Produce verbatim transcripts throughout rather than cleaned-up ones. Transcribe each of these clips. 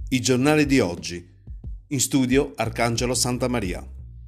I giornali di oggi. In studio Arcangelo Santamaria.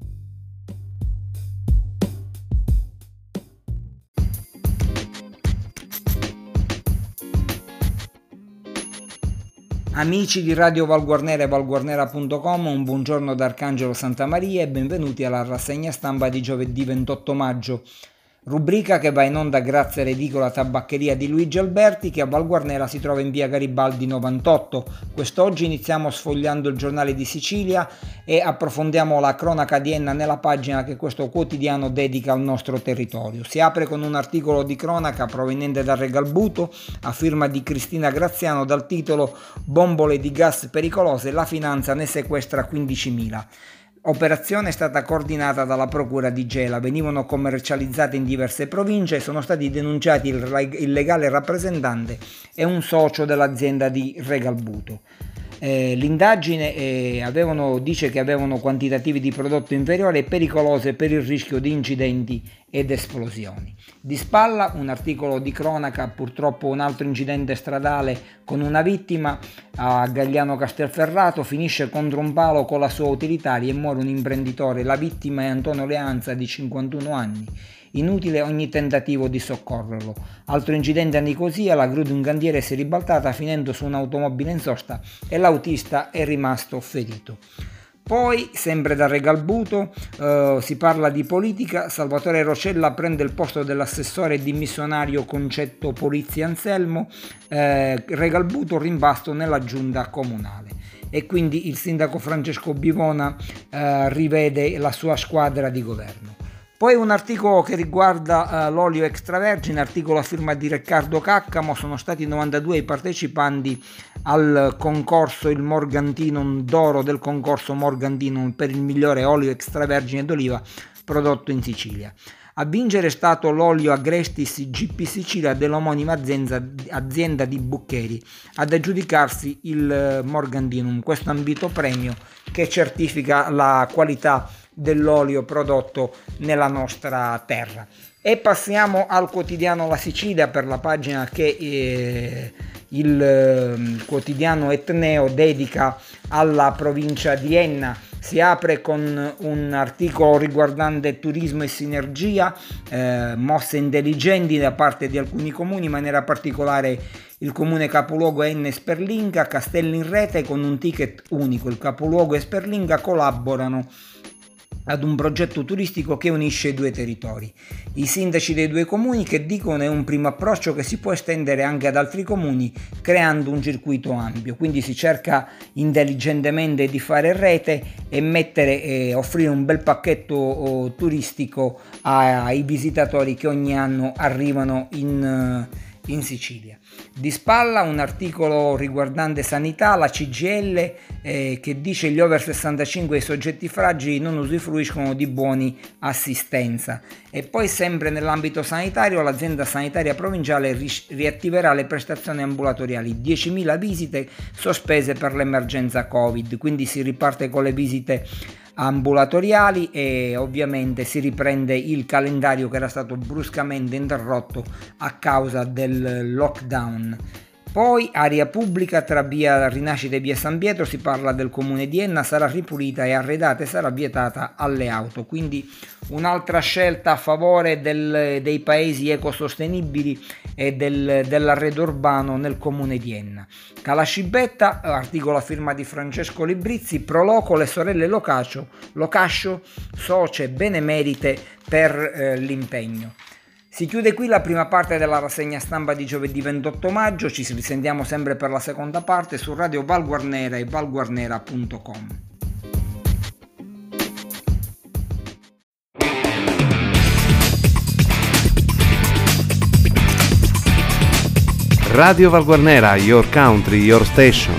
Amici di Radio Valguarnera e valguarnera punto com, un buongiorno da Arcangelo Santamaria e benvenuti alla rassegna stampa di giovedì ventotto maggio. Rubrica che va in onda grazie all'edicola tabaccheria di Luigi Alberti, che a Valguarnera si trova in via Garibaldi novantotto. Quest'oggi iniziamo sfogliando il giornale di Sicilia e approfondiamo la cronaca di Enna nella pagina che questo quotidiano dedica al nostro territorio. Si apre con un articolo di cronaca proveniente da Regalbuto a firma di Cristina Graziano dal titolo "Bombole di gas pericolose, la finanza ne sequestra quindicimila". Operazione è stata coordinata dalla procura di Gela, venivano commercializzate in diverse province e sono stati denunciati il, il legale rappresentante e un socio dell'azienda di Regalbuto. Eh, l'indagine eh, avevano, dice che avevano quantitativi di prodotto inferiori e pericolose per il rischio di incidenti ed esplosioni. Di spalla un articolo di cronaca, purtroppo un altro incidente stradale con una vittima a Gagliano Castelferrato, finisce contro un palo con la sua utilitaria e muore un imprenditore. La vittima è Antonio Leanza di cinquantuno anni. Inutile ogni tentativo di soccorrerlo. Altro incidente a Nicosia, la gru di un cantiere si è ribaltata finendo su un'automobile in sosta e l'autista è rimasto ferito. Poi, sempre da Regalbuto, eh, si parla di politica. Salvatore Rocella prende il posto dell'assessore dimissionario Concetto Polizzi Anselmo, eh, Regalbuto rimpasto nella giunta comunale. E quindi il sindaco Francesco Bivona eh, rivede la sua squadra di governo. Poi un articolo che riguarda uh, l'olio extravergine, articolo a firma di Riccardo Caccamo. Sono stati novantadue i partecipanti al concorso, il Morgantinum d'oro del concorso Morgantinum per il migliore olio extravergine d'oliva prodotto in Sicilia. A vincere è stato l'olio Agrestis G P Sicilia dell'omonima azienda, azienda di Buccheri, ad aggiudicarsi il Morgantinum, questo ambito premio che certifica la qualità dell'olio prodotto nella nostra terra. E passiamo al quotidiano La Sicilia per la pagina che eh, il eh, quotidiano Etneo dedica alla provincia di Enna. Si apre con un articolo riguardante turismo e sinergia, eh, mosse intelligenti da parte di alcuni comuni, in maniera particolare il comune capoluogo Enna e Sperlinga, Castelli in rete con un ticket unico. Il capoluogo e Sperlinga collaborano ad un progetto turistico che unisce i due territori. I sindaci dei due comuni che dicono è un primo approccio che si può estendere anche ad altri comuni creando un circuito ampio, quindi si cerca intelligentemente di fare rete e mettere e offrire un bel pacchetto oh, turistico ai visitatori che ogni anno arrivano in in Sicilia. Di spalla un articolo riguardante sanità, la C G I L eh, che dice gli over sessantacinque e i soggetti fragili non usufruiscono di buoni assistenza. E poi sempre nell'ambito sanitario l'azienda sanitaria provinciale ri- riattiverà le prestazioni ambulatoriali, diecimila visite sospese per l'emergenza Covid, quindi si riparte con le visite ambulatoriali e ovviamente si riprende il calendario che era stato bruscamente interrotto a causa del lockdown. Poi aria pubblica tra via Rinascita e via San Pietro, si parla del comune di Enna, sarà ripulita e arredata e sarà vietata alle auto, quindi un'altra scelta a favore del, dei paesi ecosostenibili e del, dell'arredo urbano nel comune di Enna. Calascibetta, articolo a firma di Francesco Librizzi, pro loco le sorelle Locascio, Locascio socie benemerite per eh, l'impegno. Si chiude qui la prima parte della rassegna stampa di giovedì ventotto maggio, ci risentiamo sempre per la seconda parte su Radio Valguarnera e valguarnera punto com. Radio Valguarnera, your country, your station.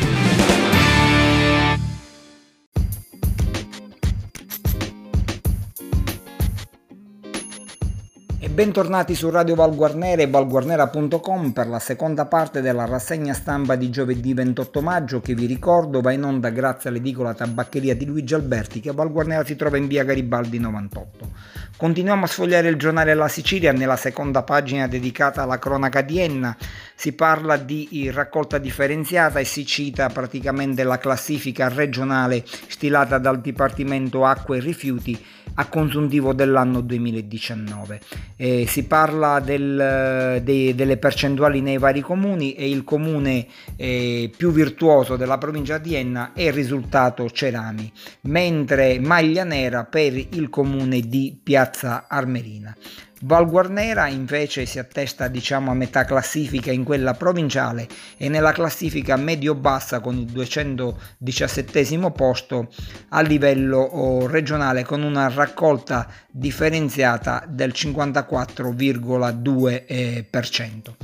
Bentornati su Radio Valguarnera e valguarnera punto com per la seconda parte della rassegna stampa di giovedì ventotto maggio che vi ricordo va in onda grazie all'edicola tabaccheria di Luigi Alberti che a Valguarnera si trova in via Garibaldi novantotto. Continuiamo a sfogliare il giornale La Sicilia nella seconda pagina dedicata alla cronaca di Enna. Si parla di raccolta differenziata e si cita praticamente la classifica regionale stilata dal Dipartimento Acque e Rifiuti a consuntivo dell'anno duemiladiciannove. Eh, si parla del, de, delle percentuali nei vari comuni e il comune eh, più virtuoso della provincia di Enna è il risultato Cerami, mentre maglia nera per il comune di Piazza Armerina. Val Guarnera invece si attesta diciamo a metà classifica in quella provinciale e nella classifica medio-bassa con il duecentodiciassettesimo posto a livello oh, regionale con una raccolta differenziata del cinquantaquattro virgola due per cento.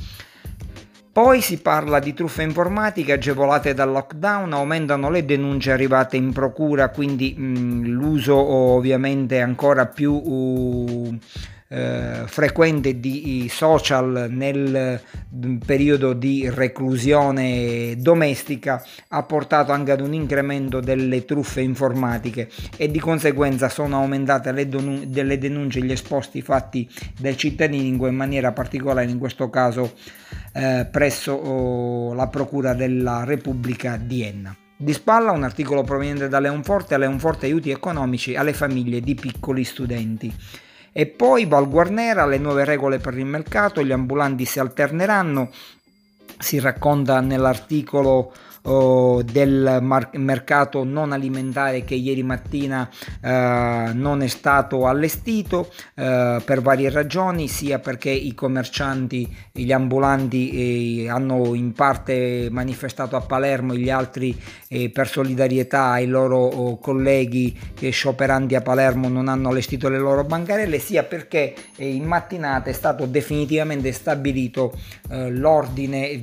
Poi si parla di truffe informatiche agevolate dal lockdown, aumentano le denunce arrivate in procura, quindi mh, l'uso ovviamente ancora più uh, eh, frequente di social nel periodo di reclusione domestica ha portato anche ad un incremento delle truffe informatiche e di conseguenza sono aumentate le, donu- delle denunce, gli esposti fatti dai cittadini in maniera particolare in questo caso eh, presso oh, la Procura della Repubblica di Enna. Di spalla un articolo proveniente da Leonforte, a Leonforte aiuti economici alle famiglie di piccoli studenti. E poi Val Guarnera, le nuove regole per il mercato, gli ambulanti si alterneranno, si racconta nell'articolo oh, del mar- mercato non alimentare che ieri mattina eh, non è stato allestito eh, per varie ragioni, sia perché i commercianti, gli ambulanti eh, hanno in parte manifestato a Palermo e gli altri eh, per solidarietà ai loro oh, colleghi eh, scioperanti a Palermo non hanno allestito le loro bancarelle, sia perché eh, in mattinata è stato definitivamente stabilito eh, l'ordine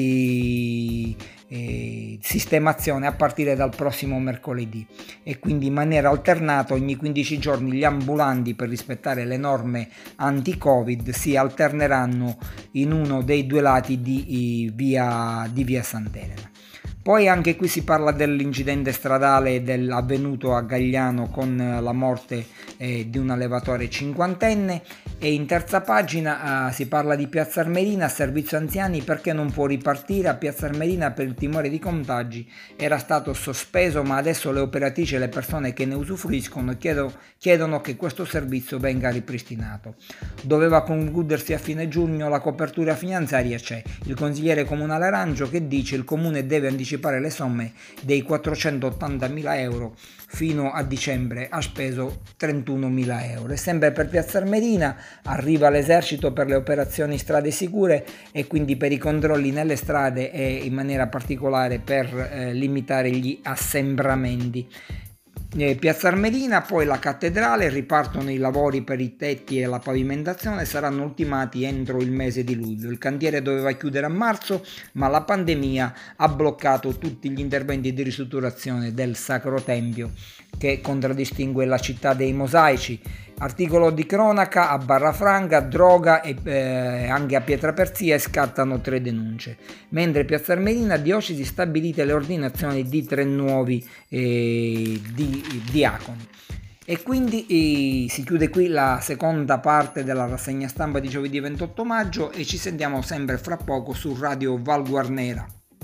di eh, Eh, sistemazione a partire dal prossimo mercoledì e quindi in maniera alternata ogni quindici giorni gli ambulanti, per rispettare le norme anti-Covid, si alterneranno in uno dei due lati di via, di via Sant'Elena. Poi anche qui si parla dell'incidente stradale del, avvenuto a Gagliano con la morte eh, di un allevatore cinquantenne e in terza pagina eh, si parla di Piazza Armerina, servizio anziani perché non può ripartire. A Piazza Armerina per il timore di contagi era stato sospeso, ma adesso le operatrici e le persone che ne usufruiscono chiedono, chiedono che questo servizio venga ripristinato. Doveva concludersi a fine giugno, la copertura finanziaria c'è. Il consigliere comunale Arancio che dice il comune deve anticipare le somme dei quattrocentottantamila euro, fino a dicembre ha speso trentunomila euro. E sempre per Piazza Armerina arriva l'esercito per le operazioni strade sicure e quindi per i controlli nelle strade e in maniera particolare per eh, limitare gli assembramenti. Piazza Armerina, poi la cattedrale, ripartono i lavori per i tetti e la pavimentazione, saranno ultimati entro il mese di luglio. Il cantiere doveva chiudere a marzo, ma la pandemia ha bloccato tutti gli interventi di ristrutturazione del Sacro Tempio, che contraddistingue la città dei mosaici. Articolo di cronaca: a Barrafranca, droga e eh, anche a Pietraperzia scattano tre denunce. Mentre Piazza Armerina, diocesi, stabilite le ordinazioni di tre nuovi eh, di, diaconi. E quindi eh, si chiude qui la seconda parte della rassegna stampa di giovedì ventotto maggio e ci sentiamo sempre fra poco su Radio Val Guarnera.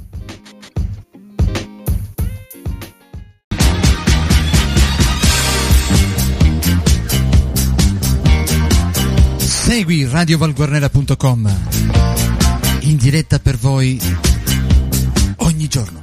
Segui radio val guarnera punto com in diretta per voi ogni giorno.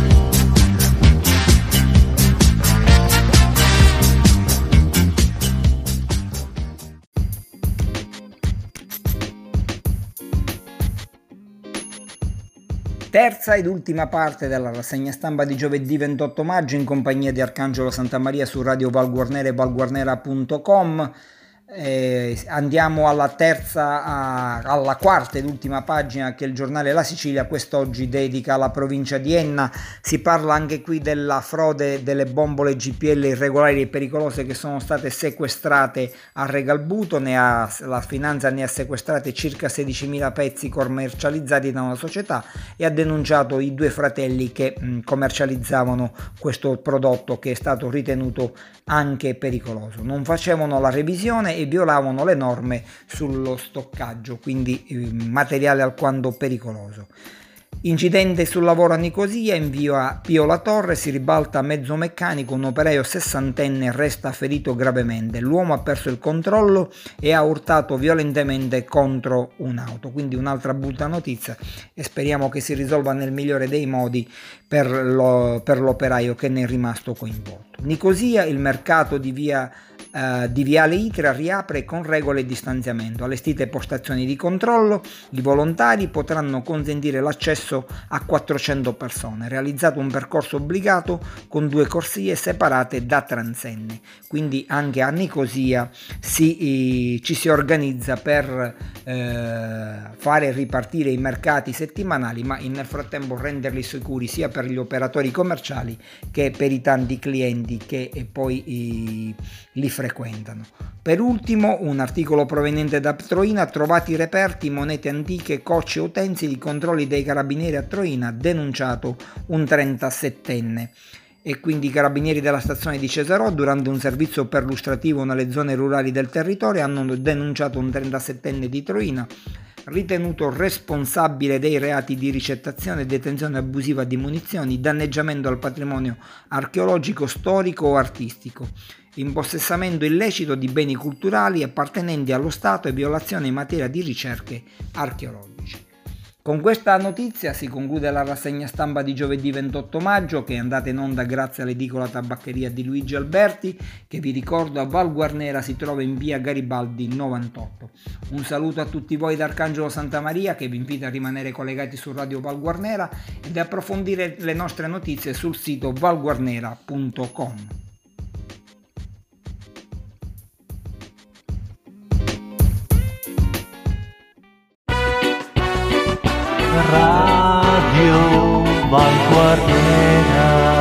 Terza ed ultima parte della rassegna stampa di giovedì ventotto maggio in compagnia di Arcangelo Santamaria su Radio Val Guarnera e val guarnera punto com. Eh, andiamo alla terza, a, alla quarta ed ultima pagina che il giornale La Sicilia quest'oggi dedica alla provincia di Enna. Si parla anche qui della frode delle bombole G P L irregolari e pericolose che sono state sequestrate a Regalbuto. Ne ha, la finanza ne ha sequestrate circa sedicimila pezzi commercializzati da una società e ha denunciato i due fratelli che mh, commercializzavano questo prodotto che è stato ritenuto anche pericoloso. Non facevano la revisione e violavano le norme sullo stoccaggio, quindi eh, materiale alquanto pericoloso. Incidente sul lavoro a Nicosia, in via Pio La Torre, si ribalta mezzo meccanico, un operaio sessantenne resta ferito gravemente. L'uomo ha perso il controllo e ha urtato violentemente contro un'auto. Quindi un'altra brutta notizia e speriamo che si risolva nel migliore dei modi per, lo, per l'operaio che ne è rimasto coinvolto. Nicosia, il mercato di via Uh, di Viale Itra riapre con regole e distanziamento. Allestite postazioni di controllo, i volontari potranno consentire l'accesso a quattrocento persone. Realizzato un percorso obbligato con due corsie separate da transenne. Quindi anche a Nicosia si, eh, ci si organizza per eh, fare ripartire i mercati settimanali, ma nel frattempo renderli sicuri sia per gli operatori commerciali che per i tanti clienti che eh, poi eh, li frequentano. Per ultimo, un articolo proveniente da Troina: trovati reperti, monete antiche, cocce e utensili, controlli dei carabinieri a Troina, denunciato un trentasettenne. E quindi i carabinieri della stazione di Cesarò, durante un servizio perlustrativo nelle zone rurali del territorio, hanno denunciato un trentasettenne di Troina ritenuto responsabile dei reati di ricettazione e detenzione abusiva di munizioni, danneggiamento al patrimonio archeologico, storico o artistico, impossessamento illecito di beni culturali appartenenti allo Stato e violazione in materia di ricerche archeologiche. Con questa notizia si conclude la rassegna stampa di giovedì ventotto maggio, che è andata in onda grazie all'edicola tabaccheria di Luigi Alberti, che vi ricordo a Val Guarnera si trova in via Garibaldi novantotto. Un saluto a tutti voi da Arcangelo Santamaria, che vi invita a rimanere collegati su Radio Val Guarnera ed approfondire le nostre notizie sul sito valguarnera punto com. Radio Val Guarnera.